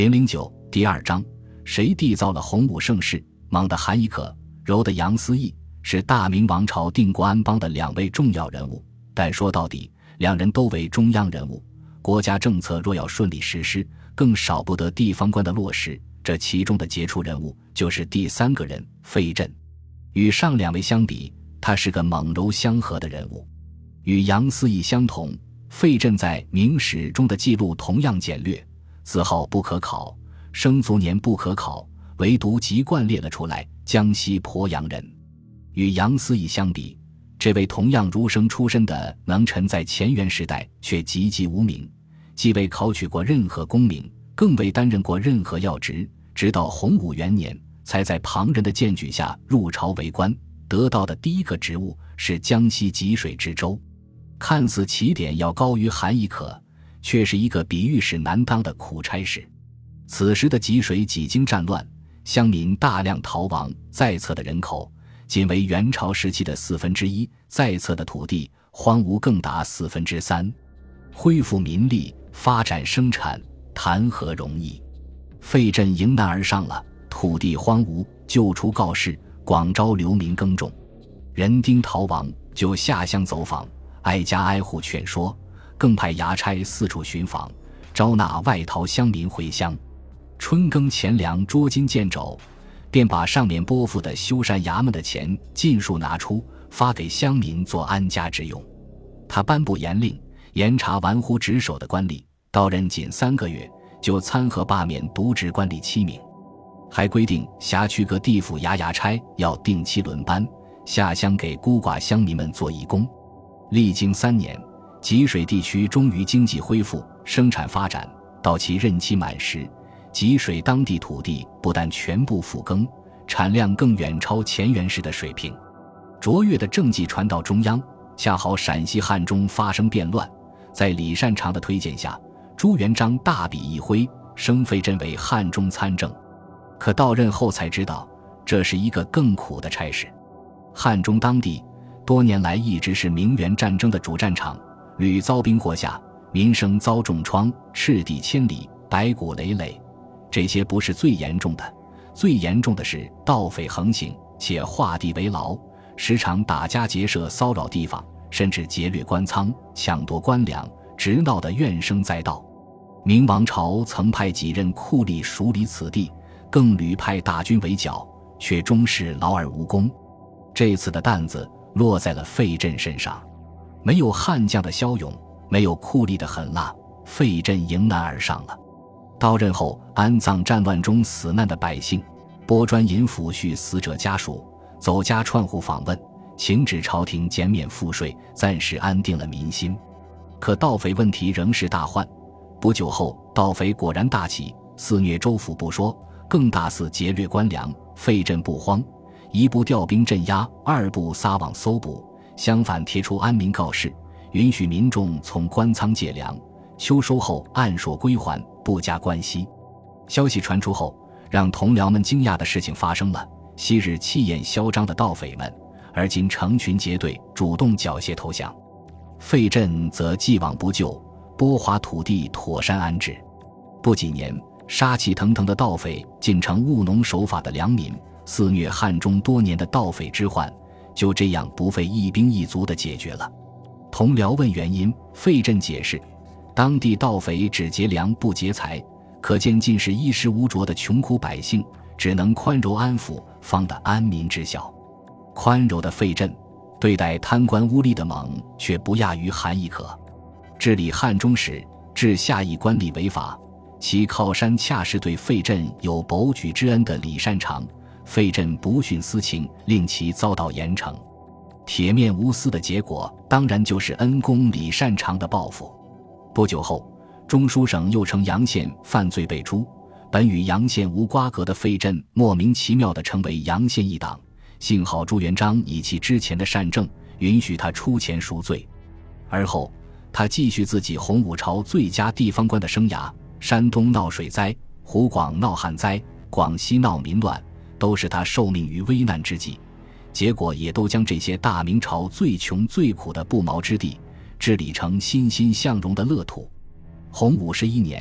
009第2章，谁缔造了洪武盛世？莽的韩义可，柔的杨思义，是大明王朝定国安邦的2位重要人物，但说到底2人都为中央人物，国家政策若要顺利实施，更少不得地方官的落实，这其中的杰出人物就是第3个人费震。与上2位相比，他是个猛柔相合的人物。与杨思义相同，费震在明史中的记录同样简略，字号不可考，生卒年不可考，唯独籍贯列了出来，江西鄱阳人。与杨思义相比，这位同样儒生出身的能臣在乾元时代却籍籍无名，既未考取过任何功名，更未担任过任何要职，直到洪武元年才在旁人的荐举下入朝为官，得到的第一个职务是江西吉水知州。看似起点要高于韩义可，却是一个比御史难当的苦差事。此时的吉水几经战乱，乡民大量逃亡，在册的人口仅为元朝时期的1/4，在册的土地荒芜更达3/4。恢复民力，发展生产，谈何容易？费震迎难而上了，土地荒芜，就出告示，广招流民耕种。人丁逃亡，就下乡走访，挨家挨户劝说，更派衙差四处寻访，招纳外逃乡民回乡。春耕钱粮捉襟见肘，便把上面拨付的修缮衙门的钱尽数拿出，发给乡民做安家之用。他颁布严令，严查玩忽职守的官吏，到任仅3个月，就参劾罢免渎职官吏7名，还规定辖区各地府衙衙差要定期轮班，下乡给孤寡乡民们做义工。历经3年，吉水地区终于经济恢复，生产发展，到其任期满时，吉水当地土地不但全部复耕，产量更远超乾元时的水平。卓越的政绩传到中央，恰好陕西汉中发生变乱，在李善长的推荐下，朱元璋大笔一挥，升费震为汉中参政。可到任后才知道，这是一个更苦的差事。汉中当地多年来一直是明元战争的主战场，屡遭兵祸下，民生遭重创，赤地千里，白骨累累。这些不是最严重的，最严重的是盗匪横行，且画地为牢，时常打家劫舍，骚扰地方，甚至劫掠官仓，抢夺官粮，直闹得怨声载道。明王朝曾派几任酷吏梳理此地，更屡派大军围剿，却终是劳而无功。这次的担子落在了费震身上，没有悍将的骁勇，没有酷吏的狠辣，费震迎难而上了。到任后，安葬战乱中死难的百姓，拨专银抚恤死者家属，走家串户访问，请旨朝廷减免赋税，暂时安定了民心。可盗匪问题仍是大患，不久后盗匪果然大起，肆虐州府不说，更大肆劫掠官粮。费震不慌，一部调兵镇压，2部撒网搜捕，相反贴出安民告示，允许民众从官仓借粮，秋收后按数归还，不加关息。消息传出后，让同僚们惊讶的事情发生了，昔日气焰嚣张的盗匪们，而今成群结队，主动缴械投降。费震则既往不咎，拨划土地妥善安置。不几年，杀气腾腾的盗匪竟成务农守法的良民，肆虐汉中多年的盗匪之患，就这样不费一兵一卒地解决了。同僚问原因，费震解释，当地盗匪只劫粮不劫财，可见尽是衣食无着的穷苦百姓，只能宽柔安抚，方得安民之效。宽柔的费震对待贪官污吏的猛，却不亚于韩义可。治理汉中时，治下役官吏违法，其靠山恰是对费震有博举之恩的李善长，费震不徇私情，令其遭到严惩。铁面无私的结果，当然就是恩公李善长的报复。不久后，中书省又称阳县犯罪被诛，本与阳县无瓜葛的费震莫名其妙地成为阳县一党。幸好朱元璋以其之前的善政，允许他出钱赎罪。而后他继续自己洪武朝最佳地方官的生涯，山东闹水灾，湖广闹旱灾，广西闹民乱，都是他受命于危难之际，结果也都将这些大明朝最穷最苦的不毛之地治理成欣欣向荣的乐土。洪武11年，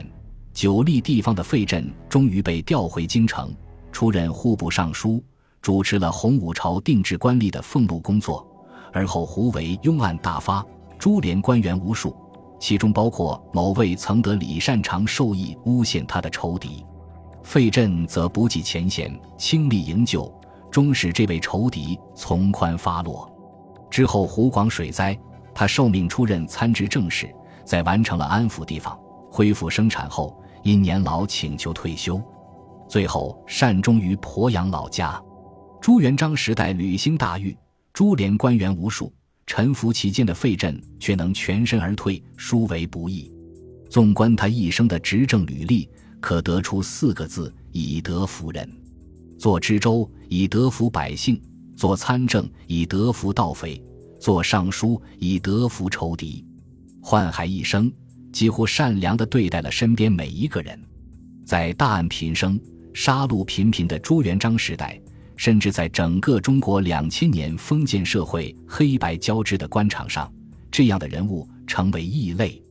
久历地方的费镇终于被调回京城，出任户部尚书，主持了洪武朝定制官吏的俸禄工作。而后胡惟庸案大发，株连官员无数，其中包括某位曾得李善长授意诬陷他的仇敌。费镇则不计前嫌，倾力营救，终使这位仇敌从宽发落。之后湖广水灾，他受命出任参知政事，在完成了安抚地方、恢复生产后，因年老请求退休，最后善终于鄱阳老家。朱元璋时代屡兴大狱，株连官员无数，沉浮其间的费镇却能全身而退，殊为不易。纵观他一生的执政履历，可得出4个字：以德服人。做知州以德服百姓，做参政以德服盗匪，做尚书以德服仇敌。宦海一生，几乎善良地对待了身边每一个人。在大案频生、杀戮频频的朱元璋时代，甚至在整个中国2000年封建社会黑白交织的官场上，这样的人物成为异类。